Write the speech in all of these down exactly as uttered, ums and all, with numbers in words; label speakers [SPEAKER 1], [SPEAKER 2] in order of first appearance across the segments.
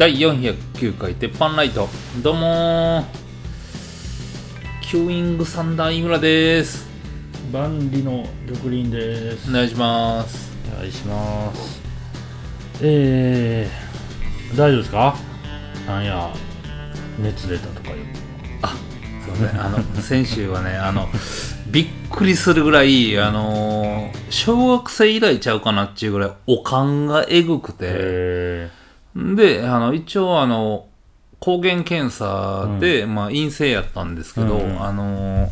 [SPEAKER 1] だいよんひゃくきゅうかい鉄板ライト。どうもー、キューイングサンダー井村です。
[SPEAKER 2] 万里の玉林です。
[SPEAKER 1] お願いします。
[SPEAKER 2] お願いします。えー、大丈夫ですか？なんや熱出たとかいう。
[SPEAKER 1] あ、そうね、あの先週はね、あのびっくりするぐらい、あのー、小学生以来ちゃうかなっていうぐらいおかんがえぐくて、
[SPEAKER 2] え
[SPEAKER 1] で、あの一応あの抗原検査で、うん、まあ、陰性やったんですけど、うんうん、あの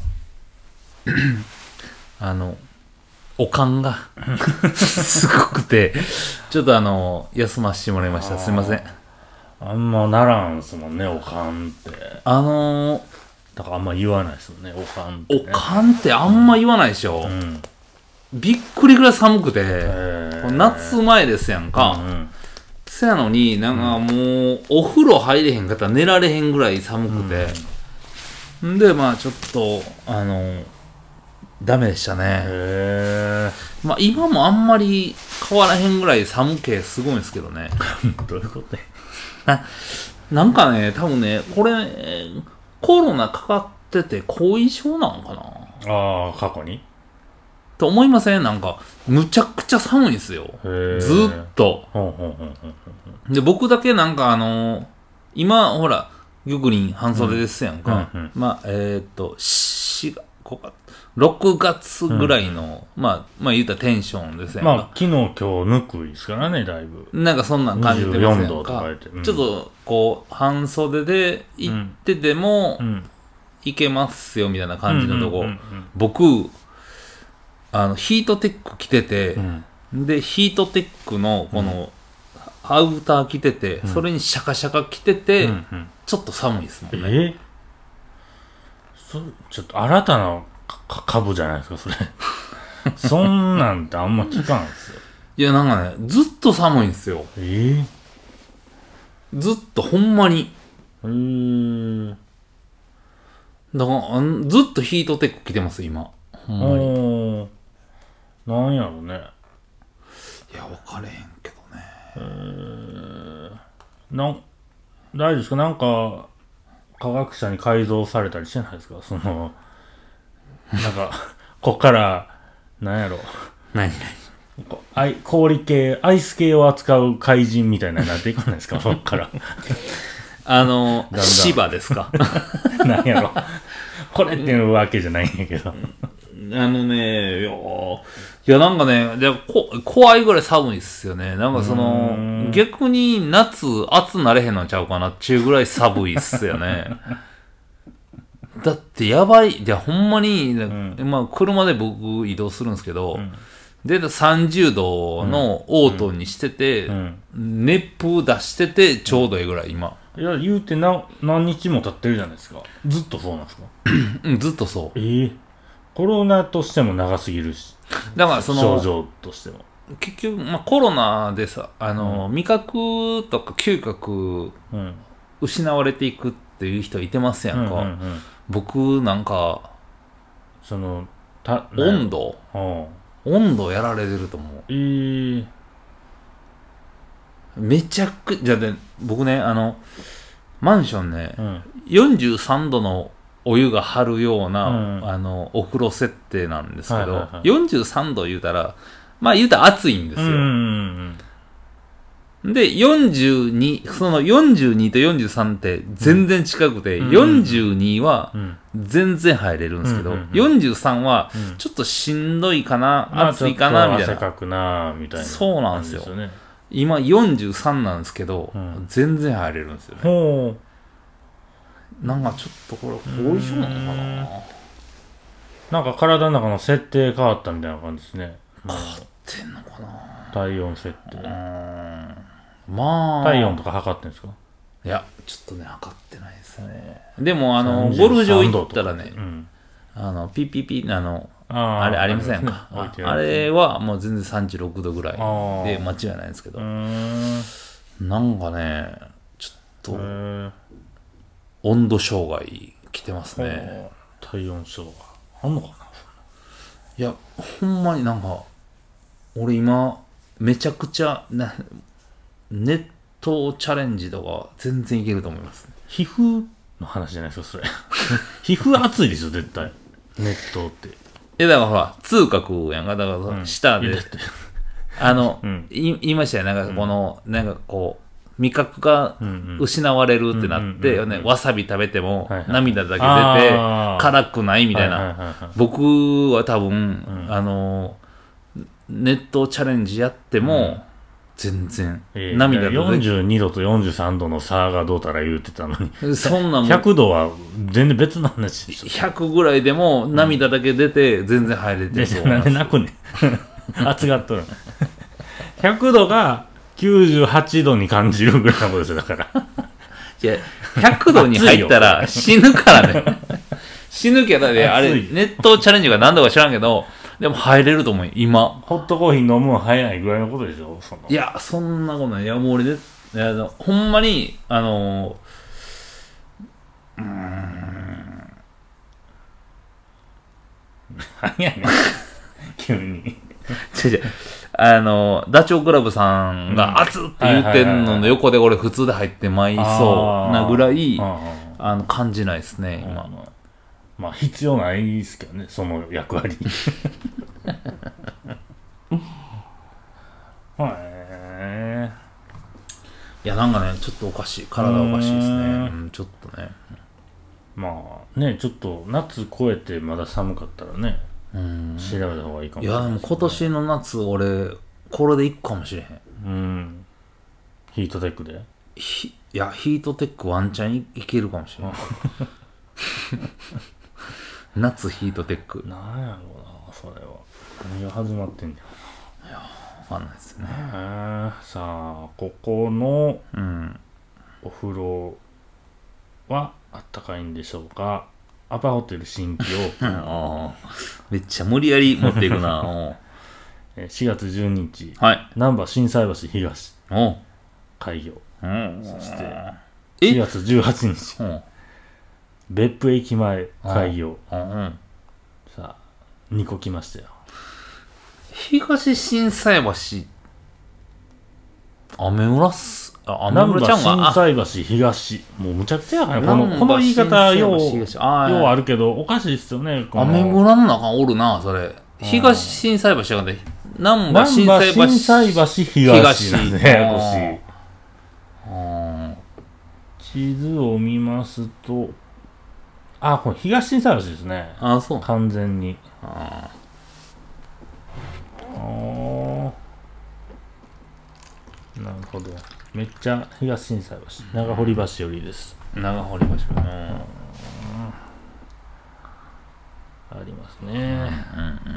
[SPEAKER 1] あのおかんがすごくてちょっとあの休ませてもらいました。すいません。
[SPEAKER 2] あんまならんすもんね、おかんって。
[SPEAKER 1] あのー、
[SPEAKER 2] だからあんま言わないですもんね、おかんって、ね、
[SPEAKER 1] おかんってあんま言わないでしょ、うん、びっくりぐらい寒くて、夏前ですやんか、うんうん、せやのになんかもうお風呂入れへんかったら寝られへんぐらい寒くて、うん、でまあちょっとあのーダメでしたね。
[SPEAKER 2] へ
[SPEAKER 1] ー、まあ、今もあんまり変わらへんぐらい寒気すごいんですけどね。
[SPEAKER 2] どういうこと
[SPEAKER 1] な, なんかね、多分ね、これコロナかかってて後遺症なのかな。
[SPEAKER 2] ああ、過去に
[SPEAKER 1] と思いません？なんかむちゃくちゃ寒いんですよ、ずっと。で僕だけなんかあのー、今ほら玉林半袖ですやんか、うんうんうん、まあえー、っとしがろくがつぐらいの、うん、まあまあ言ったらテンションですやんか。
[SPEAKER 2] まあ昨日今日ぬくいですからね、だいぶ。
[SPEAKER 1] なんかそんなん感じてますやんか。
[SPEAKER 2] にじゅうよんどとか言って、
[SPEAKER 1] うん、ちょっとこう半袖で行ってても、うん、いけますよみたいな感じのとこ、うんうんうんうん、僕あのヒートテック着てて、うん、でヒートテックのこの、うん、アウター着てて、うん、それにシャカシャカ着てて、うんうん、ちょっと寒いですもんね。えー、
[SPEAKER 2] そちょっと新たな株じゃないですかそれそんなんてあんま聞かんですよ。
[SPEAKER 1] いやなんかね、ずっと寒いんですよ。
[SPEAKER 2] えー、
[SPEAKER 1] ずっとほんまに。
[SPEAKER 2] へー、
[SPEAKER 1] だからずっとヒートテック着てます今。ほんまに。
[SPEAKER 2] なんやろね。
[SPEAKER 1] いや分かれへんけどね。
[SPEAKER 2] えー、なん大丈夫ですか？なんか科学者に改造されたりしてないですか？そのなんかこっからなんやろ
[SPEAKER 1] 何
[SPEAKER 2] 何氷系アイス系を扱う怪人みたいなになっていかないですか？こっから
[SPEAKER 1] あの芝ですか
[SPEAKER 2] なんやろこれっていうわけじゃないんやけど
[SPEAKER 1] あのね、いや、いやなんかね、でこ怖いぐらい寒いっすよね。なんかその逆に夏暑なれへんのちゃうかなっちゅうぐらい寒いっすよね。だってやばい、いやほんまに、うん、まあ車で僕移動するんですけど、うん、でさんじゅうどのオートにしてて、うんうん、熱風出しててちょうどいいぐらい今。
[SPEAKER 2] いや言うてな何日も経ってるじゃないですか。ずっとそうなんですか？
[SPEAKER 1] うん、ずっとそう。
[SPEAKER 2] えーコロナとしても長すぎるし、
[SPEAKER 1] だからその
[SPEAKER 2] 症状としても
[SPEAKER 1] 結局、まあ、コロナでさあの、うん、味覚とか嗅覚、うん、失われていくっていう人いてますやんか、うんうんうん、僕なんか
[SPEAKER 2] そのた
[SPEAKER 1] 温度、うん、温度やられてると思う。
[SPEAKER 2] えー、
[SPEAKER 1] めちゃくちゃで僕ねあのマンションね、うん、よんじゅうさんどのお湯が張るような、うん、あのお風呂設定なんですけど、はいはいはい、よんじゅうさんど言うたらまあ言うたら暑いんですよ、うんうんうん、でよんじゅうにそのよんじゅうにとよんじゅうさんって全然近くて、うん、よんじゅうには全然入れるんですけど、うんうんうん、よんじゅうさんはちょっとしんどいかな、うん、暑いかなみたいな、
[SPEAKER 2] 汗かくなみたいな、
[SPEAKER 1] そうなんですよ、今よんじゅうさんなんですけど、うん、全然入れるんですよね。ほうなんかちょっとこれ後遺症なのかな。
[SPEAKER 2] なんか体の中の設定変わったみたいな感じですね。
[SPEAKER 1] 変わってんのかな。
[SPEAKER 2] 体温設定。
[SPEAKER 1] まあ
[SPEAKER 2] 体温とか測ってんですか？
[SPEAKER 1] いやちょっとね測ってないですね。でもあのゴルフ場行ったらね、うん、あのピッピッピあの あ, あれありませんか、ね、あ, あれはもう全然さんじゅうろくどぐらいで間違いないんですけど、なんかねちょっと温度障害来てますね。
[SPEAKER 2] 体温障害あんのかな。
[SPEAKER 1] いやほんまになんか俺今めちゃくちゃな熱湯チャレンジとか全然いけると思います、ね、
[SPEAKER 2] 皮膚の話じゃないですかそれ皮膚熱いでしょ絶対熱湯って
[SPEAKER 1] えだからほら痛覚やんかだから、うん、舌であの、うん、い言いましたよなんかこの、うん、なんかこう味覚が失われるってなって、うんうんね、わさび食べても涙だけ出て辛くないみたいな、はいはいはいはい、僕は多分、うん、あの熱湯チャレンジやっても全然、
[SPEAKER 2] えー、涙出てよんじゅうにどとよんじゅうさんどの差がどうたら言うてたのに
[SPEAKER 1] そんなもん
[SPEAKER 2] ひゃくどは全然別の話でしょ
[SPEAKER 1] ひゃくぐらいでも涙だけ出て全然入れて
[SPEAKER 2] そう、うん、なんで泣くねん熱がっとるひゃくどがきゅうじゅうはちどに感じるぐらいのことですよだから
[SPEAKER 1] いやひゃくどに入ったら死ぬからね死ぬけどねあれ熱湯チャレンジが何度か知らんけどでも入れると思う今
[SPEAKER 2] ホットコーヒー飲むの早いぐらいのことでしょその
[SPEAKER 1] いやそんなことないいやもう俺でいやほんまにあのうーん
[SPEAKER 2] 早いね急に
[SPEAKER 1] 違う違うあのダチョウ倶楽部さんが熱って言ってんのの横で俺普通で入ってまいそうなぐらいあの感じないですね今の
[SPEAKER 2] まあ必要ないですけどねその役割へ
[SPEAKER 1] いやなんかねちょっとおかしい体おかしいですねうんちょっとね
[SPEAKER 2] まあねちょっと夏越えてまだ寒かったらねうん調べた方がいいかもしれない、ね、
[SPEAKER 1] いやでも今年の夏俺これでいくかもしれへん
[SPEAKER 2] うんヒートテックで
[SPEAKER 1] ひいやヒートテックワンチャン い, いけるかもしれない夏ヒートテック
[SPEAKER 2] なんやろうなそれは何が始まってんじ
[SPEAKER 1] ゃんいやわかんないですね
[SPEAKER 2] さあここのお風呂はあったかいんでしょうかアパホテル新規オープン
[SPEAKER 1] めっちゃ無理やり持っていくな
[SPEAKER 2] しがつじゅうににち、
[SPEAKER 1] はい、
[SPEAKER 2] 難波心斎橋東開業そしてしがつじゅうはちにち別府駅前開業さあにこ来ましたよ
[SPEAKER 1] 東心斎橋雨村すあ雨村ちゃんが
[SPEAKER 2] 難波心斎橋東もうむちゃくちゃやからこのこの言い方ようようあるけどおかしいっすよね
[SPEAKER 1] 雨村の中おるなそれ東心斎橋じゃなくて難波心斎橋
[SPEAKER 2] 心斎橋東なんでややこしい地図を見ますとあこれ東心斎橋ですね
[SPEAKER 1] あそう
[SPEAKER 2] 完全にああなるほどめっちゃ東心斎橋長堀橋よりです
[SPEAKER 1] 長堀橋うん
[SPEAKER 2] ありますね、うんうんうん、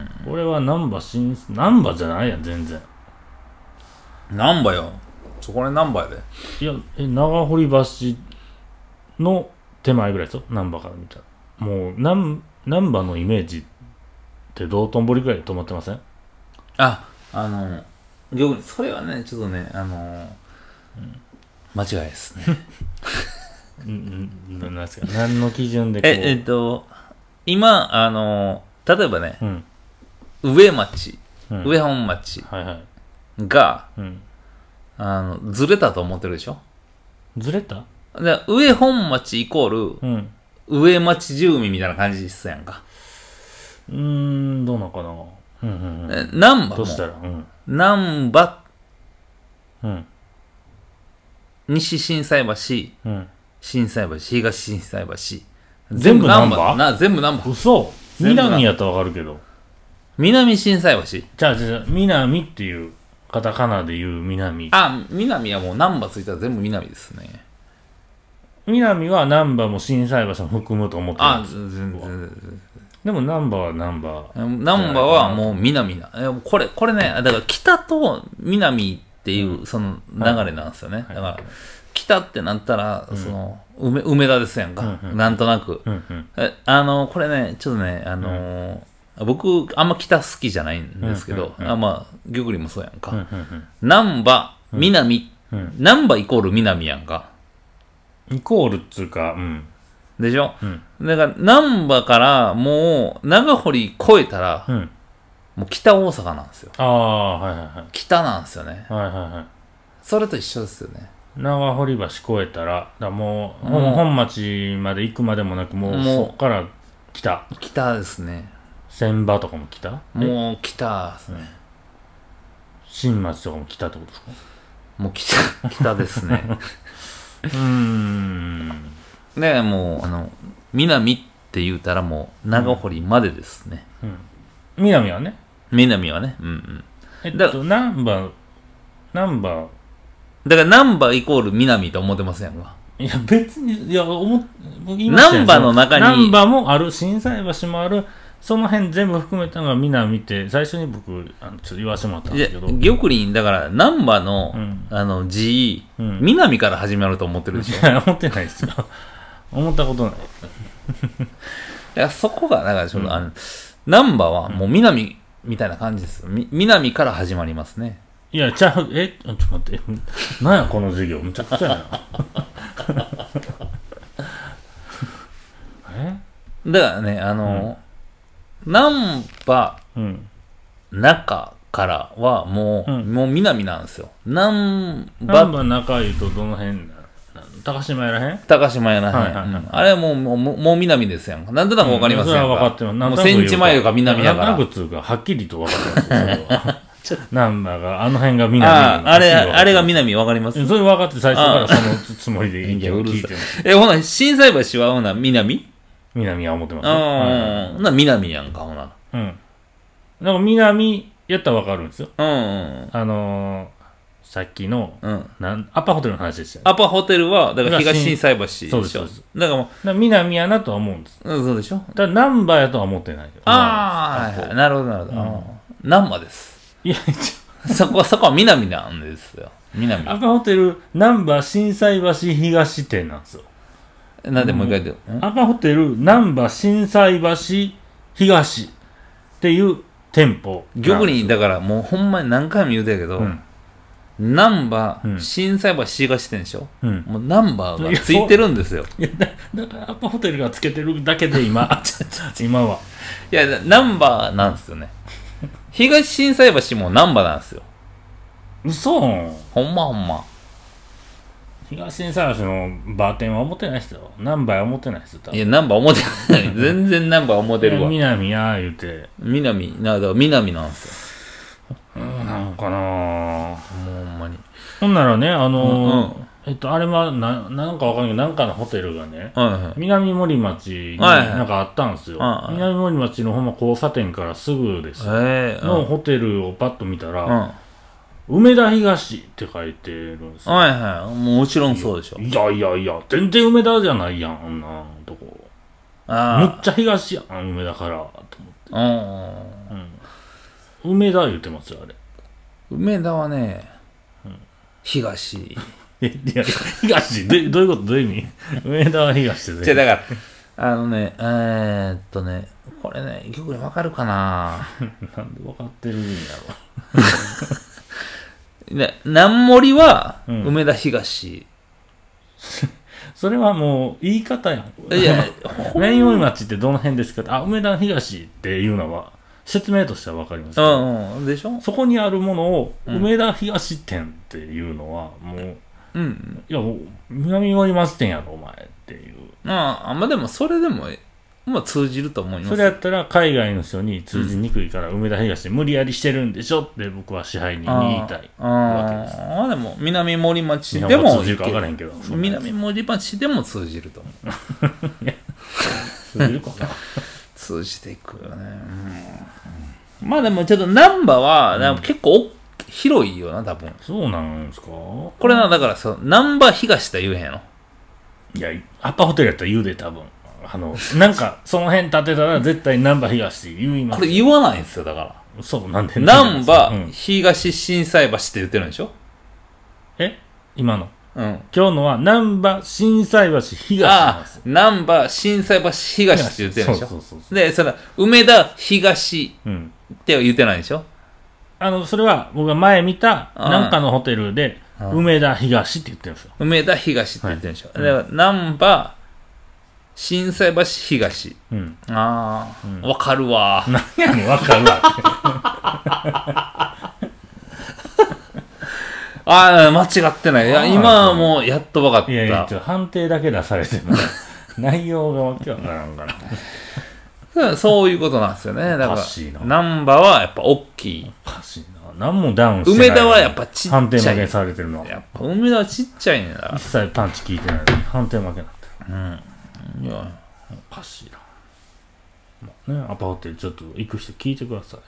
[SPEAKER 2] これは難波新難波じゃないやん全然
[SPEAKER 1] 難波よそこで難波やで
[SPEAKER 2] いやえ長堀橋の手前ぐらいですよ難波から見たらもう難波のイメージって道頓堀ぐらいで止まってません
[SPEAKER 1] ああの逆にそれはねちょっとねあの、うん、間違いですね
[SPEAKER 2] うんなんですか何の基準でこう
[SPEAKER 1] ええっと今あの例えばね、うん、上町、うん、上本町が、はいはいうん、あのずれたと思ってるでしょ
[SPEAKER 2] ずれた
[SPEAKER 1] で上本町イコール、うん、上町住民みたいな感じっすやんか
[SPEAKER 2] うーんどうなのかなうんうんうん、
[SPEAKER 1] 難波も
[SPEAKER 2] どうしたら、うん、
[SPEAKER 1] 難波、
[SPEAKER 2] うん、
[SPEAKER 1] 西心斎橋、うん、心斎橋東心斎橋
[SPEAKER 2] 全部難波
[SPEAKER 1] な全部難波
[SPEAKER 2] 嘘南やったらわかるけど
[SPEAKER 1] 南心斎橋
[SPEAKER 2] じゃあじゃあ南っていうカタカナで言う南
[SPEAKER 1] あ南はもう難波ついたら全部南ですね
[SPEAKER 2] 南は難波も心斎橋も含むと思ってるんです
[SPEAKER 1] あ全然全然
[SPEAKER 2] でも難波は難波
[SPEAKER 1] 難波はもう南なこれこれねだから北と南っていう、うん、その流れなんですよね、はい、だから北ってなったら、うん、その 梅, 梅田ですやんか、うんうん、なんとなく、うんうん、えあのこれねちょっとねあのーうん、僕あんま北好きじゃないんですけど、うんうんうん、あまあ玉林もそうやんか、うんうんうん、難波南、うん、難波イコール南やんか
[SPEAKER 2] イコールっつうかうん
[SPEAKER 1] でしょ、うん、だから難波からもう長堀越えたら、うん、もう北大阪なんですよ
[SPEAKER 2] ああはいはいはい
[SPEAKER 1] 北なんですよね
[SPEAKER 2] はいはいはい
[SPEAKER 1] それと一緒ですよね
[SPEAKER 2] 長堀橋越えたら、だもう、
[SPEAKER 1] もう
[SPEAKER 2] 本町まで行くまでもなく、もう
[SPEAKER 1] もう
[SPEAKER 2] そっから北。
[SPEAKER 1] 北ですね。
[SPEAKER 2] 千葉とかも北？
[SPEAKER 1] もう北ですね。
[SPEAKER 2] 新町とかも北ってことですか？
[SPEAKER 1] もう北、北ですね。
[SPEAKER 2] うーん。
[SPEAKER 1] で、もう、あの、南って言うたらもう、長堀までですね。
[SPEAKER 2] うん。南はね。
[SPEAKER 1] 南はね。うんうん。
[SPEAKER 2] えっと、難波、難波。
[SPEAKER 1] だから、難波イコール南と思ってませんか？
[SPEAKER 2] いや、別に、いや、思っ、
[SPEAKER 1] 難波の中に。
[SPEAKER 2] 難波もある、心斎橋もある、その辺全部含めたのが南って、最初に僕、あのちょっと言わせてもらったんですけど。
[SPEAKER 1] 玉林、だから、難波の、うん、あの、字、うん、南から始まると思ってるでしょ？
[SPEAKER 2] いや、思ってないですよ。思ったことない。
[SPEAKER 1] いや、そこが、だからちょっと、うん、あの、難波はもう南みたいな感じです。み南から始まりますね。
[SPEAKER 2] いや、ちゃう、え、ちょっと待って。なんや、この授業。むちゃくちゃやな。
[SPEAKER 1] えだからね、あの、うん、難波、うん、中からはもう、うん、もう南なんですよ。難波。
[SPEAKER 2] 難波中言うとどの辺なの？高島屋らへん？
[SPEAKER 1] 高島屋らへん。はいはいはいうん、あれはもう、もう、もう南ですやんか。なんとなくわかりますやんか。
[SPEAKER 2] それは分かってます。
[SPEAKER 1] もうセンチ前が南やから。
[SPEAKER 2] なんとなくつうか、はっきりと分かってます。難波が、あの辺が南。
[SPEAKER 1] ああ、あれ、あれが南分かります？
[SPEAKER 2] それ分かって最初からそのつもりでいいんけど聞いてます。
[SPEAKER 1] え、ほな、心斎橋はほな、南？
[SPEAKER 2] 南は思ってます。
[SPEAKER 1] ああ、ほな、南やんか、ほな。
[SPEAKER 2] うん。だから南やったら分かるんですよ。
[SPEAKER 1] うん、うん。
[SPEAKER 2] あのー、さっきの、
[SPEAKER 1] うん、
[SPEAKER 2] なんアパホテルの話でしたよ、
[SPEAKER 1] ね。アパホテルは、だから東心斎橋でしょ。
[SPEAKER 2] そうです、そうです。
[SPEAKER 1] だからもう。だから
[SPEAKER 2] 南やなとは思うんです。
[SPEAKER 1] うん、そうでしょ。
[SPEAKER 2] ただ、難波やとは思ってないよ。
[SPEAKER 1] ああ、はいはい。なるほど、なるほど。うん、難波です。
[SPEAKER 2] いや、
[SPEAKER 1] そこは、そこは南なんですよ。南。
[SPEAKER 2] アパホテル、難波心斎橋東店なんですよ。
[SPEAKER 1] なんでもう一回言って、
[SPEAKER 2] うん、アパホテル、難波心斎橋東っていう店舗。
[SPEAKER 1] 玉林、だからもうほんまに何回も言うてるけど、うん難波、うん、心斎橋東店でしょ、うん、もうナンバーがついてるんですよ。
[SPEAKER 2] いやだ, だからアパホテルがつけてるだけで今今は。
[SPEAKER 1] いや、ナンバーなんですよね。東心斎橋もナンバーなんですよ。
[SPEAKER 2] 嘘
[SPEAKER 1] ほんまほんま。
[SPEAKER 2] 東心斎橋のバーテンは思ってないですよ。ナンバーは思ってないですよ。
[SPEAKER 1] いや、ナンバー思ってない。全然ナンバー思ってるわ。
[SPEAKER 2] 南や言うて。
[SPEAKER 1] 南、なだから南なんですよ。
[SPEAKER 2] なんかなぁ。
[SPEAKER 1] もうほんまに。
[SPEAKER 2] ほんならね、あのーうんうん、えっと、あれはな、なんかわかんないけど、なんかのホテルがね、はいはい、南森町になんかあったんですよ。はいはい、南森町のほんま交差点からすぐですよ、のホテルをパッと見たら、うん、梅田東って書いてるんですよ。
[SPEAKER 1] はいはい。もちろんそうでしょ。
[SPEAKER 2] いやいやいや、全然梅田じゃないやん、あんなとこ。あむっちゃ東やん、梅田から、と思って。うん。梅田言ってますよ、あれ。
[SPEAKER 1] 梅田はね、うん、東。
[SPEAKER 2] いや、東ど、どういうことどういう意味梅田は東ってね。
[SPEAKER 1] じゃだから、あのね、えー、っとね、これね、よくわかるかな
[SPEAKER 2] なんでわかってるんや
[SPEAKER 1] ろ。ね、南森は梅田東。うん
[SPEAKER 2] それはもう言い方やん。いや、南森町ってどの辺ですか？あ、梅田東っていうのは、説明としては分かりますけど、
[SPEAKER 1] うんうん、でしょ？
[SPEAKER 2] そこにあるものを梅田東店っていうのはもう、うん、いやもう南森町店やろお前っていう。
[SPEAKER 1] ああ、まあでもそれでもまあ通じると思います。
[SPEAKER 2] それやったら海外の人に通じにくいから、梅田東で無理やりしてるんでしょって僕は支配人に言いたいわけです。
[SPEAKER 1] ああ、でも南森町でも
[SPEAKER 2] 通じるか分からへんけど、
[SPEAKER 1] 南森町でも通じると思う。
[SPEAKER 2] 通じるかな。
[SPEAKER 1] 通じていくよね、うん、まあでもちょっと難波はなんか結構広いよな多分。
[SPEAKER 2] そうなんですか。
[SPEAKER 1] これなだからさ難波東と言えへんの。
[SPEAKER 2] いやアパホテルやったら言うで多分。あのなんかその辺建てたら絶対難波東って言います。
[SPEAKER 1] これ言わないんですよだから。
[SPEAKER 2] そうなんで
[SPEAKER 1] 難波東心斎橋って言ってるんでしょ。
[SPEAKER 2] え今の
[SPEAKER 1] うん、
[SPEAKER 2] 今日のは難波心斎橋東なんですよ。
[SPEAKER 1] 難波心斎橋東って言ってるんでしょ。そうそうそうそう。で、その梅田東っては言ってないでしょ。うん、
[SPEAKER 2] あのそれは僕が前見たなんかのホテルで梅田東って言ってるんですよ。
[SPEAKER 1] 梅田東って言ってるんでしょ。はい、だから難波心斎橋東。うん、ああ、わ、うん、かるわ。
[SPEAKER 2] 何やねんわかるわ。
[SPEAKER 1] ああ、間違ってない。いや、今はもうやっと分かった。
[SPEAKER 2] いやいや、ちょ判定だけ出されても、内容がわけわからんから。
[SPEAKER 1] そういうことなんですよね。だから、難波はやっぱ大きい。
[SPEAKER 2] おかしいな。何もダウンしてない。
[SPEAKER 1] 梅田はやっぱちっちゃい。
[SPEAKER 2] 判定負けされてるの。
[SPEAKER 1] やっぱ梅田はちっちゃいねんだ。
[SPEAKER 2] 一切パンチ効いてないのに判定負けになってる。
[SPEAKER 1] うん。いや、
[SPEAKER 2] おかしいな。まあね、アパホテルちょっと行く人聞いてください。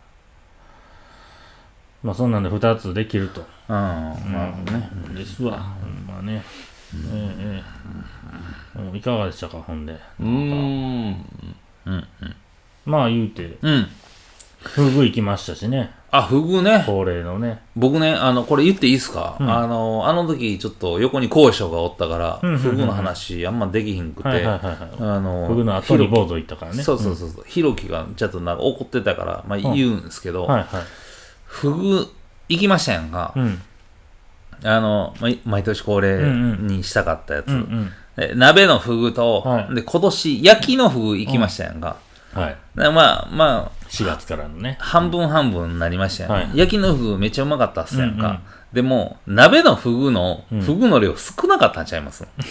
[SPEAKER 2] まあそんなんでふたつできると。
[SPEAKER 1] うん。なるほどね。
[SPEAKER 2] ですわ。まあね。ええ。いかがでしたか、ほんで。
[SPEAKER 1] うーん。うん。
[SPEAKER 2] まあ言うて、
[SPEAKER 1] うん。
[SPEAKER 2] フグ行きましたしね。
[SPEAKER 1] あ、フグね。
[SPEAKER 2] 恒例のね。
[SPEAKER 1] 僕ね、あの、これ言っていいですか、うん、あの、あの時ちょっと横に高所がおったから、うんうんうん、フグの話あんまできひんくて、はいはいはいはい、あの、
[SPEAKER 2] フグの後に坊主行ったからね。
[SPEAKER 1] そうそうそうそう。ひろきがちょっとなんか怒ってたから、まあ言うんですけど、うんはいはい、フグ行きましたやんか。うん、あの、毎年恒例にしたかったやつ。うんうんうん、鍋のフグと、はい、で、今年焼きのフグ行きましたやんか。うん、はい。まあまあ、
[SPEAKER 2] しがつからのね。
[SPEAKER 1] 半分半分になりましたよね。はい、焼きのフグめっちゃうまかったっすやんか。うんうん、でも、鍋のフグの、フグの量少なかったんちゃいます、うん、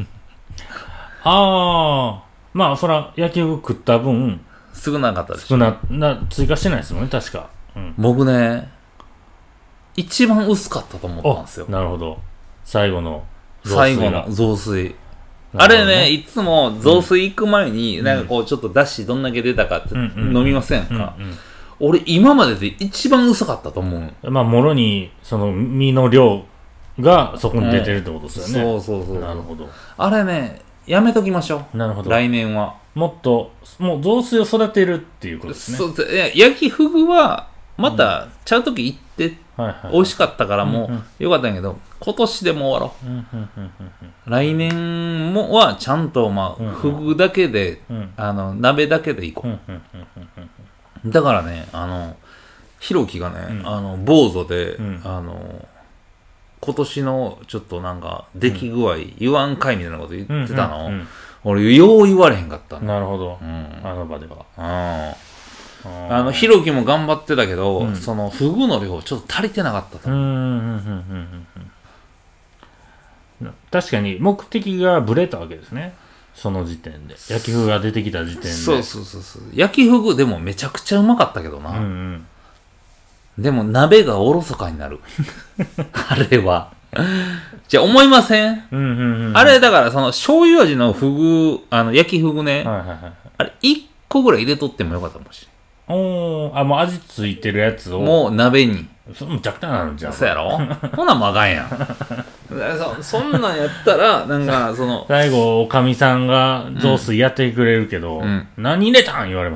[SPEAKER 2] ああ、まあ、そら、焼きフグ食った分、
[SPEAKER 1] 少なかったでしょ。
[SPEAKER 2] 少な、な、追加してないですもんね、確か。
[SPEAKER 1] うん、僕ね、一番薄かったと思ったんですよ。
[SPEAKER 2] なるほど。最後の
[SPEAKER 1] 雑炊。最後の雑炊。あれね、いつも雑炊行く前に、なんかこう、ちょっとだしどんだけ出たかって飲みませんか。俺、今までで一番薄かったと思
[SPEAKER 2] う。まあ、もろに、その、身の量がそこに出てるってことですよね。
[SPEAKER 1] うん、そうそうそう。
[SPEAKER 2] なるほど。
[SPEAKER 1] あれね、やめときましょう。
[SPEAKER 2] なるほど。
[SPEAKER 1] 来年は。
[SPEAKER 2] もっと、もう雑炊を育てるっていうことですね。
[SPEAKER 1] そう、いや焼きフグは、また、ちゃうとき行って、美味しかったからもうよかったんやけど、今年でも終わろう。来年もはちゃんと、まあ、フグだけで、あの、鍋だけでいこう。だからね、あの、ひろきがね、あの、坊主で、あの、今年のちょっとなんか、出来具合、言わんかいみたいなこと言ってたの。俺、よう言われへんかった。
[SPEAKER 2] なるほど。あの場では。
[SPEAKER 1] うん。あの、ひろきも頑張ってたけど、うん、その、フグの量ちょっと足りてなかったと思う。うんうんうん
[SPEAKER 2] うん、確かに目的がブレたわけですね。その時点で。焼きフグが出てきた時点で。
[SPEAKER 1] そうそうそうそう。焼きフグでもめちゃくちゃうまかったけどな。うんうん、でも鍋がおろそかになる。あれは。じゃあ思いません、うんうんうん、あれだからその醤油味のフグ、あの焼きフグね。はいはいはい、あれいっこぐらい入れとってもよかったかもしれない。
[SPEAKER 2] おー、あ、もう味ついてるやつを。
[SPEAKER 1] もう鍋に。
[SPEAKER 2] そむちゃくちゃなるんじゃん。
[SPEAKER 1] そうやろほなもあかんやん。そ, そんなんやったら、なんか、その。
[SPEAKER 2] 最後、おかみさんが雑炊やってくれるけど、うん、何入れたん言われます。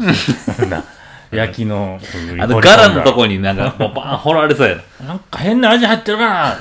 [SPEAKER 2] 焼きの。
[SPEAKER 1] あの、ガラのとこになんか、バーン掘られそうや
[SPEAKER 2] な。なんか変な味入ってるかなって。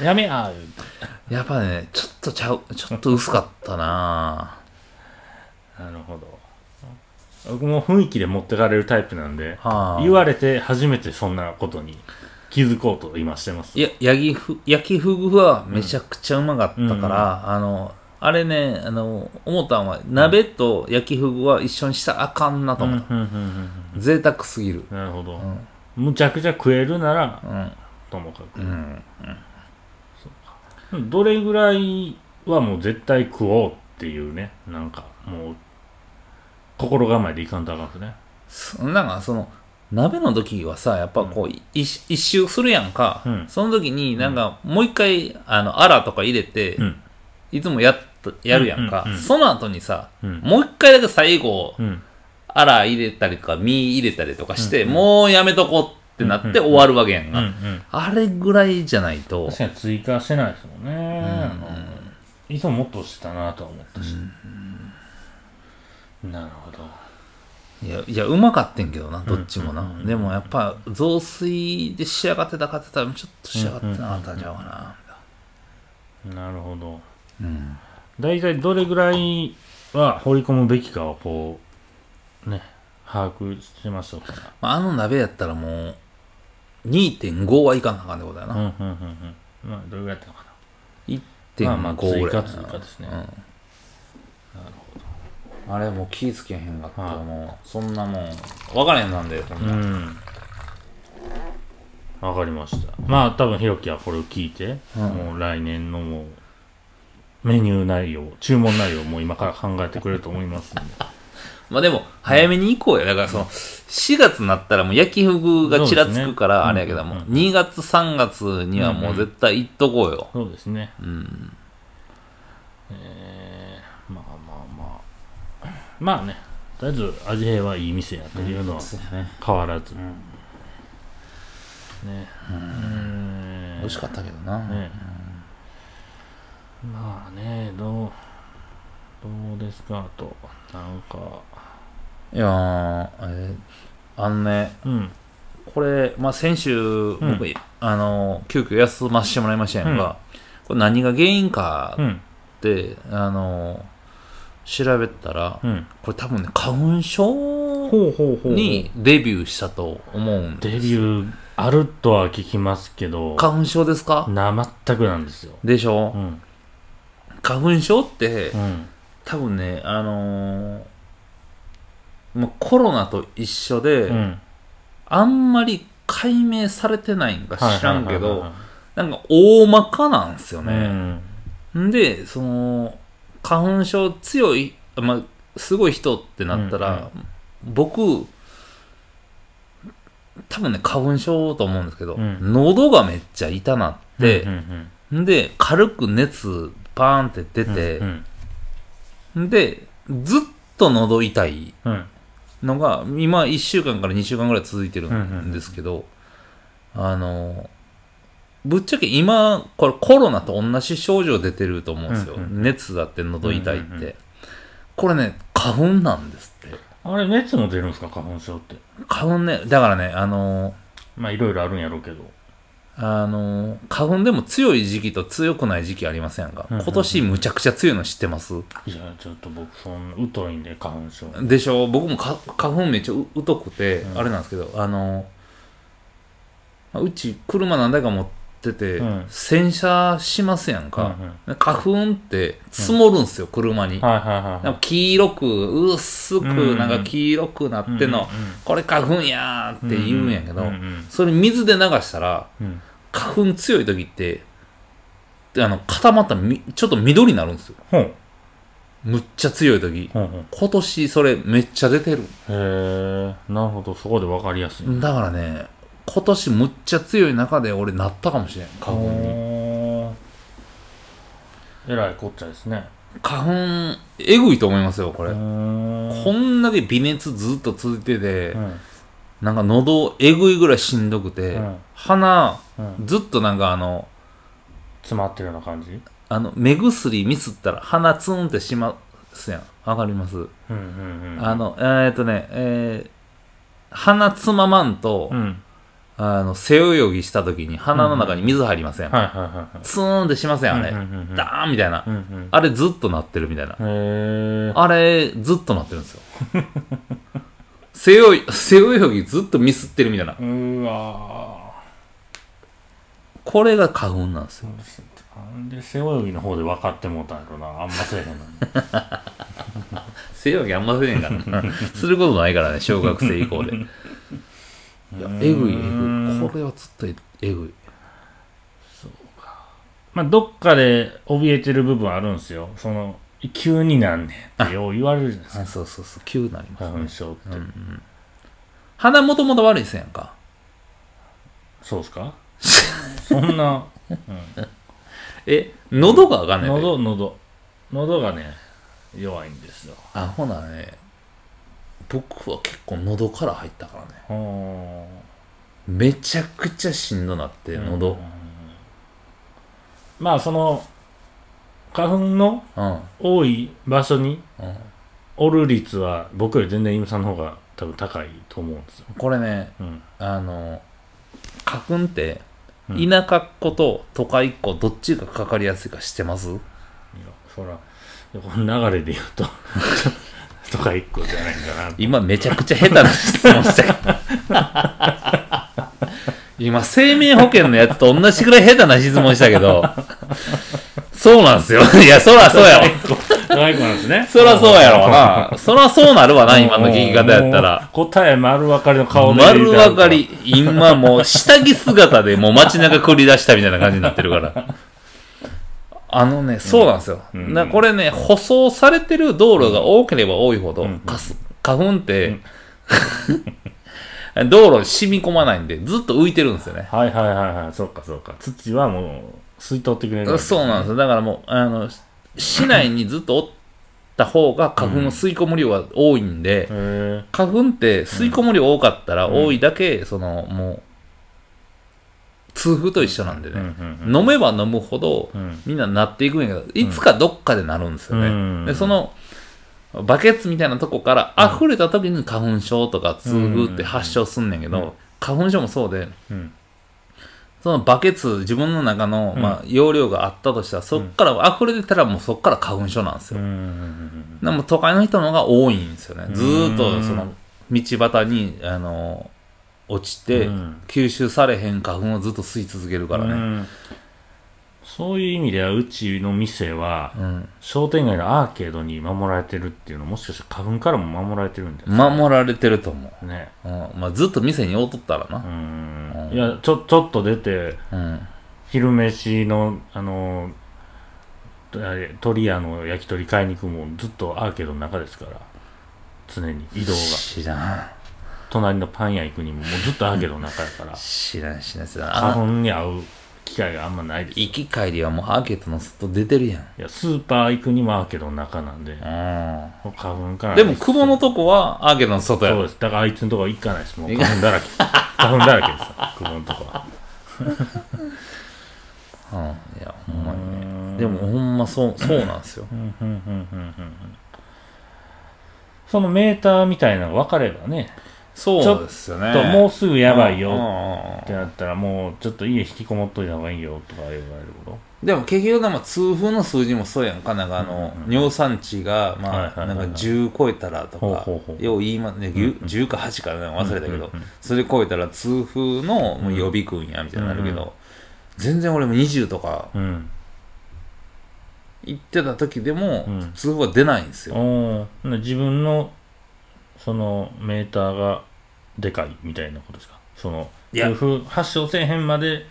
[SPEAKER 2] やめや言う
[SPEAKER 1] て。やっぱね、ちょっとちゃう、ちょっと薄かったな
[SPEAKER 2] なるほど。僕も雰囲気で持ってかれるタイプなんで、はあ、言われて初めてそんなことに気づこうと今してます。
[SPEAKER 1] いや、焼きふ、焼きフグはめちゃくちゃうまかったから、うんうんうん、あの、あれね、あの、思ったのは、鍋と焼きフグは一緒にしたらあかんなと思った。うんうんうんうん、贅沢すぎる。
[SPEAKER 2] なるほど。うん、むちゃくちゃ食えるなら、うん、ともかく。うんうん、そうか。どれぐらいはもう絶対食おうっていうね、なんかもう、心構えでいかんとあかんです
[SPEAKER 1] ね。なんかその鍋の時はさやっぱこう、うん、一, 一周するやんか、うん、その時になんかもう一回あのアラとか入れて、うん、いつもやっやるやんか、うんうんうん、その後にさ、うん、もう一回だけ最後、うん、アラ入れたりとか身入れたりとかして、うんうん、もうやめとこうってなって終わるわけやんか、うんうんうん、あれぐらいじゃないと
[SPEAKER 2] 確かに追加してないですもんね、うん、いつももっとしたなとは思ったし、うん、なるほど。
[SPEAKER 1] いや、いや、うまかってんけどな、どっちもな。うんうんうんうん、でもやっぱ、雑炊で仕上がってたかってたら、ちょっと仕上がってなかったんちゃうかな、
[SPEAKER 2] うんうんうん。なるほど。うん。大体どれぐらいは放り込むべきかをこう、ね、把握しましょうか。
[SPEAKER 1] まあ、あの鍋やったらもう、にてんご はいかんなあかんってことやな。うんうんうんうん。
[SPEAKER 2] まあ、どれぐらいやったのかな。
[SPEAKER 1] いってんご ぐらい。まあ、
[SPEAKER 2] 追加追加ですね。うん、なる
[SPEAKER 1] ほど。あれもう気ぃつけへんかったらもう、そんなもん、分からへんなんで、そんな。うん。
[SPEAKER 2] わかりました。まあ多分ひろきはこれを聞いて、うん、もう来年のもうメニュー内容、注文内容も今から考えてくれると思いますんで。
[SPEAKER 1] まあでも早めに行こうよ。だからそのしがつになったらもう焼きふぐがちらつくからあれやけども、ね、うんうんうん、にがつさんがつにはもう絶対行っとこうよ。
[SPEAKER 2] そうですね。
[SPEAKER 1] うん。
[SPEAKER 2] えー、まあまあまあまあね、とりあえず味変はいい店やというのは変わらず。うんうんね、
[SPEAKER 1] うん、美味しかったけどな、ね、
[SPEAKER 2] うん、まあね、どうどうですかと、なんか
[SPEAKER 1] いやー、えー、あのね、
[SPEAKER 2] うん、
[SPEAKER 1] これ、まあ、先週僕、うん、あの急遽休ませてもらいましたやんか、うん、これ何が原因かって、うん、あの調べたら、うん、これ多分ね花粉症にデビューしたと思うんです。
[SPEAKER 2] デビューあるとは聞きますけど、
[SPEAKER 1] 花粉症ですか？
[SPEAKER 2] な、全くなんですよ。
[SPEAKER 1] でしょ、うん、花粉症って、
[SPEAKER 2] うん、
[SPEAKER 1] 多分ね、あのー、もうコロナと一緒で、うん、あんまり解明されてないんか知らんけど、なんか大まかなんですよね。うん、で、その、花粉症強い、まあ、すごい人ってなったら、うんうん、僕、多分ね花粉症と思うんですけど、うん、喉がめっちゃ痛なって、うんうんうん、で軽く熱パーンって出て、うんうん、でずっと喉痛いのが今いっしゅうかんからにしゅうかんぐらい続いてるんですけど、うんうん、あのぶっちゃけ今これコロナと同じ症状出てると思うんですよ、うんうん、熱だって喉痛いって、うんうんうん、これね花粉なんですって。
[SPEAKER 2] あれ熱も出るんですか花粉症って。
[SPEAKER 1] 花粉ね、だからね、あのー、
[SPEAKER 2] まあいろいろあるんやろうけど、
[SPEAKER 1] あのー、花粉でも強い時期と強くない時期ありませんか、うんうんうん、今年むちゃくちゃ強いの知ってます？い
[SPEAKER 2] やちょっと僕そんな疎いんで花粉症
[SPEAKER 1] でしょ。僕もか花粉めっちゃ疎くて、うん、あれなんですけど、あのー、うち車何台か持ってて、うん、洗車しますやんか、うんうん、花粉って積もるんすよ、うん、車に、
[SPEAKER 2] はいはいはいはい、
[SPEAKER 1] 黄色く薄くなんか黄色くなっての、うんうん、これ花粉やーって言うんやけど、うんうん、それ水で流したら、うん、花粉強い時ってあの固まったらちょっと緑になるんですよ、うん、むっちゃ強い時、うんうん、今年それめっちゃ出てる。
[SPEAKER 2] へえ、なるほど、そこで分かりやすい、ね、
[SPEAKER 1] だからね今年むっちゃ強い中で俺なったかもしれん花粉に。
[SPEAKER 2] えらいこっちゃですね。
[SPEAKER 1] 花粉えぐいと思いますよこれ。こんだけ微熱ずっと続いてて、うん、なんか喉えぐいぐらいしんどくて、うん、鼻、うん、ずっとなんかあの
[SPEAKER 2] 詰まってるような感じ。
[SPEAKER 1] あの目薬ミスったら鼻ツンってしますやん。わかります？うん
[SPEAKER 2] うんうん、
[SPEAKER 1] あのえー、っとね、えー、鼻つままんと、うん、あの背泳ぎした時に鼻の中に水入りません、うんうん、ツーンってしませんあれ、うんうんうん、ダーンみたいな、うんうん、あれずっとなってるみたいな。
[SPEAKER 2] へ
[SPEAKER 1] あれずっとなってるんですよ背泳ぎ、背泳ぎずっとミスってるみたいな。
[SPEAKER 2] うわ
[SPEAKER 1] これが花粉なんですよ。
[SPEAKER 2] なんで背泳ぎの方で分かってもうたんやろな。あんませえへんのに
[SPEAKER 1] 背泳ぎあんませえへんからなすることないからね小学生以降で。いやえぐいえぐい、これはずっとえぐい。
[SPEAKER 2] そうか。まあどっかで怯えてる部分あるんですよ。その急になんねんってよう言われるじゃないですか。
[SPEAKER 1] あそうそうそう急になりますね
[SPEAKER 2] 花粉症って、うんうん、
[SPEAKER 1] 鼻もともと悪いですやんか。
[SPEAKER 2] そうっすかそんな、うん、
[SPEAKER 1] え喉があかんねん。
[SPEAKER 2] 喉喉喉がね弱いんですよ。
[SPEAKER 1] あほなね僕は結構喉から入ったからね。めちゃくちゃしんどなって喉、うん、
[SPEAKER 2] まあその花粉の多い場所におる率は僕より全然イムさんの方が多分高いと思うんですよ。
[SPEAKER 1] これね、うん、あの花粉って田舎っ子と都会っ子どっちがかかりやすいか知ってます？いや
[SPEAKER 2] そらこの流れで言うととか一個じゃないんだな。
[SPEAKER 1] 今めちゃくちゃ下手な質問したよ今生命保険のやつと同じぐらい下手な質問したけどそうなんですよ。いやそらそうやわ
[SPEAKER 2] マイクなんですね。
[SPEAKER 1] そらそうやろうな。そらそうなるわな、今の聞き方やったら。
[SPEAKER 2] 答え丸分かりの顔で。
[SPEAKER 1] 丸分かり。今もう下着姿でもう街中繰り出したみたいな感じになってるから。あのね、そうなんですよ。うん、だこれね、舗装されてる道路が多ければ多いほど、うん、花粉って、うん、道路に染み込まないんで、ずっと浮いてるんですよね。
[SPEAKER 2] はいはいはいはい。そうかそうか。土はもう吸い取ってくれる、ね。
[SPEAKER 1] そうなんですよ。だからもう、あの、市内にずっとおった方が花粉の吸い込む量が多いんで、うん、花粉って吸い込む量多かったら多いだけ、うん、その、もう、痛風と一緒なんでね、うんうんうん、飲めば飲むほど、うん、みんななっていくんやけど、いつかどっかでなるんですよね。うん、でそのバケツみたいなとこから溢れた時に花粉症とか痛風って発症すんねんけど、うんうんうん、花粉症もそうで、うん、そのバケツ自分の中の、まあ、容量があったとしたら、そっから溢れてたらもうそっから花粉症なんですよ。うんうんうん、でも都会の人の方が多いんですよね。ずーっとその道端にあの落ちて、うん、吸収されへん花粉をずっと吸い続けるからね、うん、
[SPEAKER 2] そういう意味ではうちの店は、うん、商店街のアーケードに守られてるっていうのはもしかして花粉からも守られてるんです
[SPEAKER 1] か、ね、守られてると思う、ね、うんまあ、ずっと店におっとったらな、
[SPEAKER 2] うんうん、いやちょ、ちょっと出て、うん、昼飯のあの鳥屋の焼き鳥買いに行くもずっとアーケードの中ですから、常に移動が
[SPEAKER 1] 知らん、
[SPEAKER 2] 隣のパン屋行くにももうずっとアーケードの中やから
[SPEAKER 1] 知らん知らん知らん、
[SPEAKER 2] 花粉に合う機会があんまないです。
[SPEAKER 1] 行き帰りはもうアーケードの外出てるやん。い
[SPEAKER 2] やスーパー行くにもアーケードの中なんで、花粉から
[SPEAKER 1] でも久保のとこはアーケードの外やろ。
[SPEAKER 2] そうです。だからあいつのとこは行かないです。もう花粉だらけ花粉だらけです久保のとこは
[SPEAKER 1] うん、いやほんまにね。でもほんまそうそうなんですよ
[SPEAKER 2] そのメーターみたいなのが分かればね、
[SPEAKER 1] そうですよね、
[SPEAKER 2] ちょっともうすぐやばいよってなったらもうちょっと家引きこもっといた方がいいよとか言われること。
[SPEAKER 1] でも結局でも痛風の数字もそうやんか、なんかあの、うんうん、尿酸値がまあなんかじゅう超えたらとかよう言いますね、じゅうかはちかな忘れたけど、うんうんうん、それ超えたら痛風のもう予備軍やみたいになるけど、うんうん、全然俺もにじゅうとか、うん行ってた時でも痛風は出ないんですよ、
[SPEAKER 2] うん、自分のそのメーターがでかいみたいなことですか。その痛風発症せえへんまで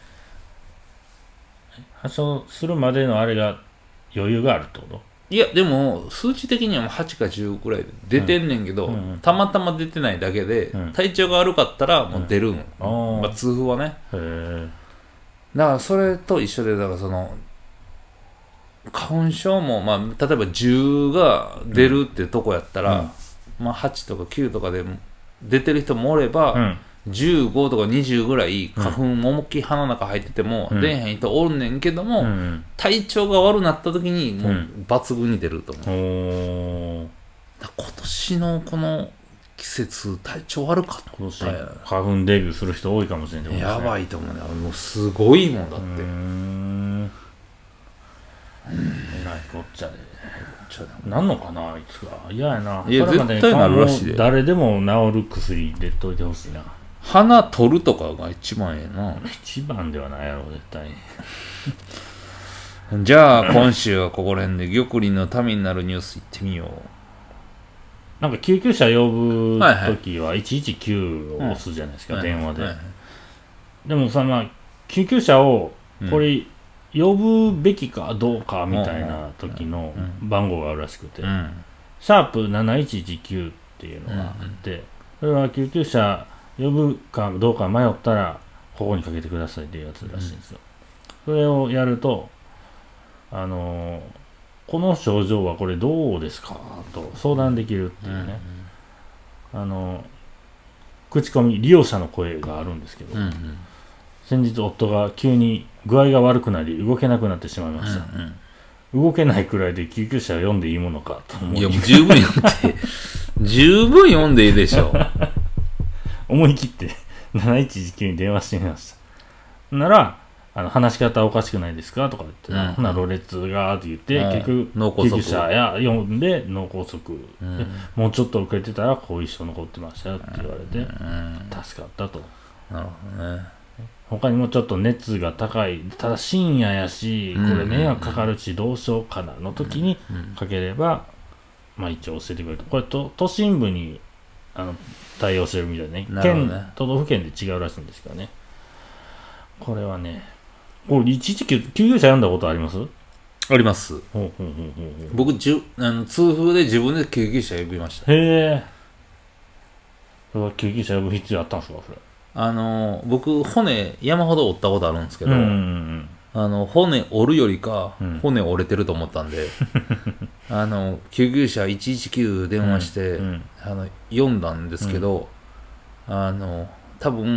[SPEAKER 2] 発症するまでのあれが余裕があるってこと。
[SPEAKER 1] いやでも数値的にはもうはちかじゅうくらいで出てんねんけど、うんうんうん、たまたま出てないだけで、うん、体調が悪かったらもう出るん、うんまあ、痛風はね。へだからそれと一緒で、だからその花粉症も、まあ、例えばじゅうが出るってとこやったら、うんまあ、はちとかきゅうとかで出てる人もおれば、うん、じゅうごとかにじゅうぐらい花粉も思いっきり鼻の中入ってても、うん、出えへん人おるねんけども、うん、体調が悪なった時にもう抜群に出ると思う、うん、だ今年のこの季節体調悪かったや
[SPEAKER 2] 花粉デビューする人多いかもしれない、ね、
[SPEAKER 1] やばいと思うね。もうすごいもんだって。うーん
[SPEAKER 2] えらいこっちゃでなんのかなあいつが嫌やな。
[SPEAKER 1] いや絶対なるらしいで。
[SPEAKER 2] 誰でも治る薬出といてほしいな。
[SPEAKER 1] 鼻取るとかが一番ええな。
[SPEAKER 2] 一番ではないやろ絶対
[SPEAKER 1] にじゃあ今週はここら辺で玉林のためになるニュースいってみよう。
[SPEAKER 2] なんか救急車呼ぶときはいちいちきゅうを押すじゃないですか、はいはい、電話で、はいはい、でもさ、まあ、救急車をこれ、うん呼ぶべきかどうかみたいな時の番号があるらしくて、うん、シャープなないちいちきゅうっていうのがあって、それは救急車呼ぶかどうか迷ったらここにかけてくださいっていうやつらしいんですよ、うん、それをやるとあのー、この症状はこれどうですかと相談できるっていうね、うん、あのー、口コミ利用者の声があるんですけど、うんうん、先日夫が急に具合が悪くなり動けなくなってしまいました、うんうん、動けないくらいで救急車を呼んでいいものかと思い
[SPEAKER 1] いやもう十分読んで十分読んでいいでしょ
[SPEAKER 2] 思い切ってなないちいちきゅうに電話してみました。ならあの話し方おかしくないですかとか言って、うん、ほなろれつがって言って、うん、結局救急車や呼んで脳梗塞、うん、もうちょっと遅れてたら後遺症残ってましたよって言われて、うん、助かったと。
[SPEAKER 1] なるほどね。
[SPEAKER 2] 他にもちょっと熱が高い、ただ深夜やし、これ迷惑かかるしどうしようかなの時にかければ、まあ一応教えてくれる。これと都心部にあの対応してるみたいね。県、ね、都道府県で違うらしいんですけどね。これはね、これ一時期救急車読んだことあります？
[SPEAKER 1] あります。
[SPEAKER 2] ほうほうほうほう。
[SPEAKER 1] 僕じゅあの痛風で自分で救急車呼びました。
[SPEAKER 2] へえ。それは救急車呼ぶ必要あったんですかそれ？
[SPEAKER 1] あの僕骨山ほど折ったことあるんですけど、
[SPEAKER 2] うんうんうん、
[SPEAKER 1] あの骨折るよりか、うん、骨折れてると思ったんであの救急車いちいちきゅう電話して、うんうん、あの読んだんですけど、うん、あの多分、うん、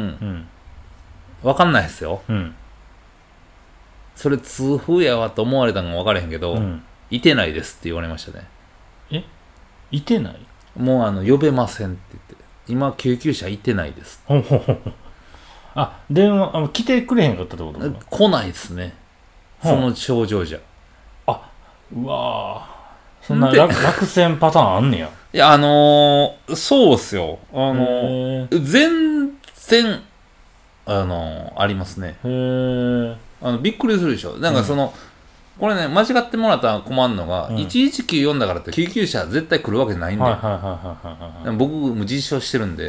[SPEAKER 1] 分かんないですよ、うん、それ痛風やわと思われたのか分からへんけど、うん、いてないですって言われましたね。
[SPEAKER 2] えいてない？
[SPEAKER 1] もうあの呼べませんって言って、今救急車いてないです。
[SPEAKER 2] ほほほあ、電話あ来てくれへんかったってこと？
[SPEAKER 1] 来ないですね、その症状じゃ。
[SPEAKER 2] あ、うわー、そんな落選パターンあんねや。
[SPEAKER 1] いや、あのー、そうっすよ。あのー、全然、あのー、ありますね。
[SPEAKER 2] へー。
[SPEAKER 1] あのびっくりするでしょ。なんかその、うん、これね、間違ってもらったら困るのが、うん、いちいちきゅう呼んだからって救急車絶対来るわけないんで、僕も実証してるんで、うん、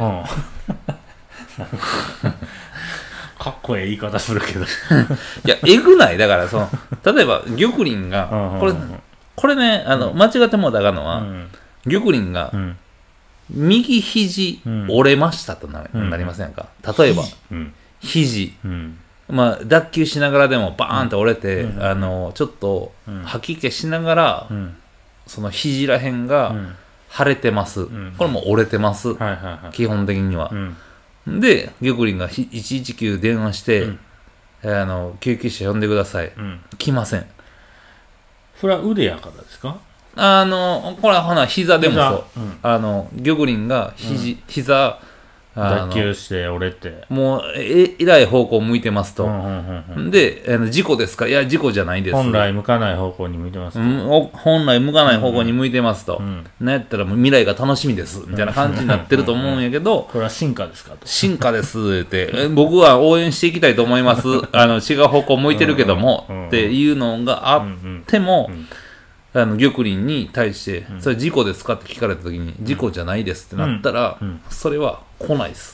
[SPEAKER 2] かっこいい言い方するけど
[SPEAKER 1] いや、えぐない。だからその例えば玉林がこれこれね、あの、うん、間違ってもらったのは、うん、玉林が、うん、右肘折れましたと な,、うん、なりませんか。例えば、うん、肘、うん、まあ、脱臼しながらでもバーンと折れて、うん、あのちょっと吐き気しながら、うん、その肘らへんが腫れてます、うん、これも折れてます、はいはいはい、基本的には、うん、で玉林がいちいちきゅう電話して、うん、あの救急車呼んでください、うん、来ません。
[SPEAKER 2] それは腕やからですか？
[SPEAKER 1] あのこれはほな膝でもそう、うん、あの玉林が肘、うん、膝
[SPEAKER 2] 脱臼して折れて
[SPEAKER 1] もうええらい方向向いてますと、うんうんうんうん、であの事故ですか？いや事故じゃないです。
[SPEAKER 2] 本来向かない方向に向いてますと、
[SPEAKER 1] うん、本来向かない方向に向いてますと、うん、なんやったらもう未来が楽しみですみたいな感じになってると思うんやけど、
[SPEAKER 2] これは進化ですかと。
[SPEAKER 1] 進化ですって僕は応援していきたいと思いますあの違う方向向いてるけども、うんうん、っていうのがあっても、うんうん、あの玉林に対してそれ事故ですかって聞かれた時に、うん、事故じゃないですってなったら、うんうん、それは来ないです。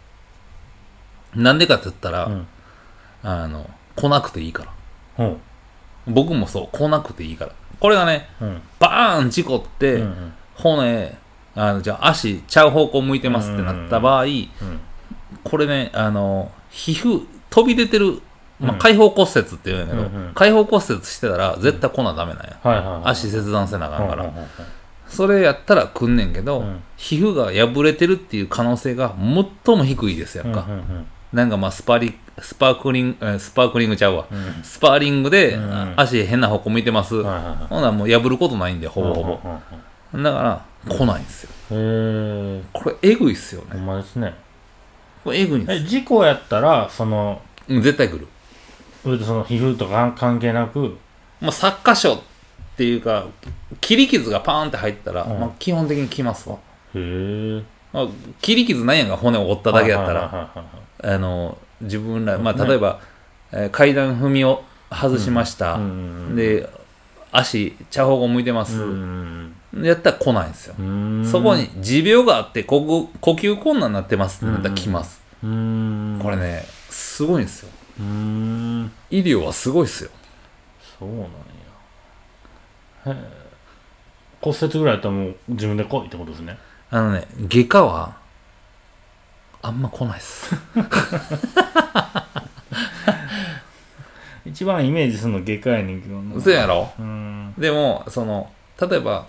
[SPEAKER 1] なんでかって言ったら、うん、あの来なくていいから、うん、僕もそう来なくていいから。これがね、うん、バーン事故って、うんうん、骨あのじゃあ足ちゃう方向向いてますってなった場合、うんうんうん、これねあの皮膚飛び出てる、まあ、開放骨折っていうんやけど、うんうん、開放骨折してたら絶対来なダメなんや、うんはいはいはい、足切断せなあかんから、うんはいはいはい、それやったら来んねんけど、うん、皮膚が破れてるっていう可能性が最も低いですやんか、うんうんうん、なんかまあスパリスパークリングスパークリングちゃうわ、うん、スパーリングで、うん、足変な方向向いてます、うん、ほなもう破ることないんでほぼほぼ、うん、だから来ないんですよ。へー、これえぐいっすよね。
[SPEAKER 2] ほんまですね。
[SPEAKER 1] これえぐいんです。
[SPEAKER 2] え事故やったらその、
[SPEAKER 1] うん、絶対来る。
[SPEAKER 2] その皮膚とか関係なく、
[SPEAKER 1] まあ、擦過傷っていうか切り傷がパーンって入ったら、うんまあ、基本的に来ますわ。へー、まあ、切り傷なんやんか骨を折っただけやったらあの自分ら、まあ、例えば、ねえー、階段踏みを外しました、うん、で足茶方向向いてます、うん、やったら来ないんですよ。そこに持病があって呼吸困難になってますってなったら来ます。うんこれねすごいんですよ。うーん医療はすごいっすよ。
[SPEAKER 2] そうなんや。へえ。骨折ぐらいやったらもう自分で来いってことですね。
[SPEAKER 1] あのね外科はあんま来ないっす
[SPEAKER 2] 一番イメージするの外科やねんけどな。
[SPEAKER 1] そうやろ。うんでもその例えば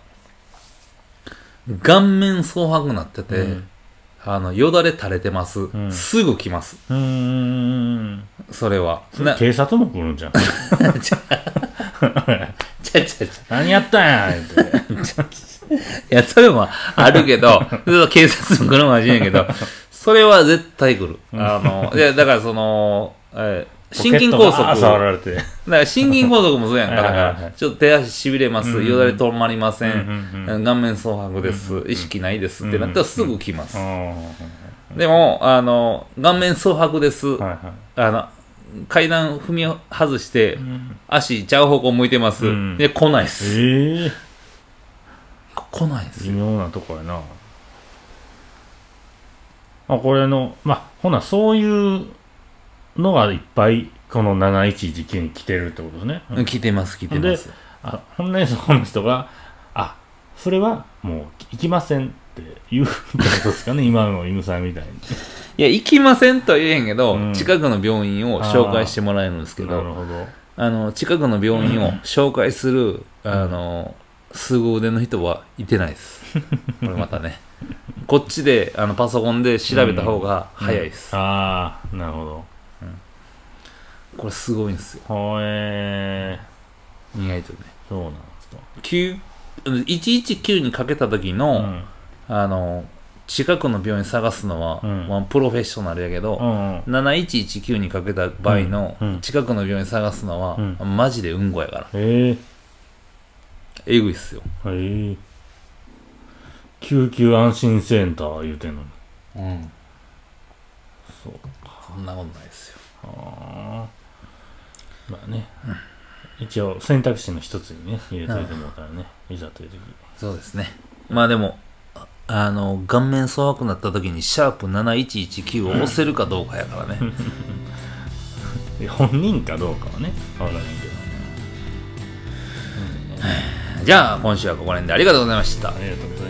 [SPEAKER 1] 顔面蒼白になってて、うんあのよだれ垂れてます、うん、すぐ来ます。うーんそれは
[SPEAKER 2] それ警察も来るんじゃんちゃちゃちゃ何やったんやって
[SPEAKER 1] いやそれもあるけど警察も来るかもしれんけどそれは絶対来る。あのいやだからその、えー心筋梗塞
[SPEAKER 2] 触られてだ
[SPEAKER 1] から心筋梗塞もそうやんかだからちょっと手足しびれます、うん、よだれ止まりません、うんうんうん、顔面蒼白です、うんうん、意識ないですってなったらすぐ来ます、うんうん、 でもあの顔面蒼白です、
[SPEAKER 2] はいはい、
[SPEAKER 1] あの階段踏み外して、うん、足ちゃう方向向いてます、うん、で来ないっす。えー、来ないっす。
[SPEAKER 2] 微妙なとこやな。あ、これのまあほなそういうのがいっぱいこのなないちいちきゅうに来てるってことですね。
[SPEAKER 1] うん、来てます来てます。
[SPEAKER 2] で、あ、ほんでそこの人があそれはもう行きませんって言うってことですかね今の犬さんみたいに。
[SPEAKER 1] いや行きませんとは言えへんけど、うん、近くの病院を紹介してもらえるんですけど、
[SPEAKER 2] なるほど。
[SPEAKER 1] あの近くの病院を紹介する、うん、あの凄腕の人はいてないです。これまたねこっちであのパソコンで調べた方が早いです。
[SPEAKER 2] うんうん、ああなるほど、
[SPEAKER 1] うん、これすごいんですよ。
[SPEAKER 2] へえ
[SPEAKER 1] ー、意外とね。
[SPEAKER 2] そうなんですか。
[SPEAKER 1] いちいちきゅうにかけた時の、うん、あの近くの病院探すのは、うんまあ、プロフェッショナルやけど、うんうん、なないちいちきゅうにかけた場合の近くの病院探すのは、うんうん、マジでうんこやから。
[SPEAKER 2] へえ
[SPEAKER 1] えぐいっすよ。
[SPEAKER 2] へえ救急安心センター言うてんのに。うん。
[SPEAKER 1] そうか。そんなことないですよ。
[SPEAKER 2] ああ。まあね、うん。一応選択肢の一つにね入れといてもらったらね、うん、いざという時。
[SPEAKER 1] そうですね。まあでもあの顔面蒼白くなった時にシャープなないちいちきゅうを押せるかどうかやからね。
[SPEAKER 2] 本人かどうかはね分からないけど。
[SPEAKER 1] うん、じゃあ今週はここら辺でありがとうございました。
[SPEAKER 2] ありがとうございました。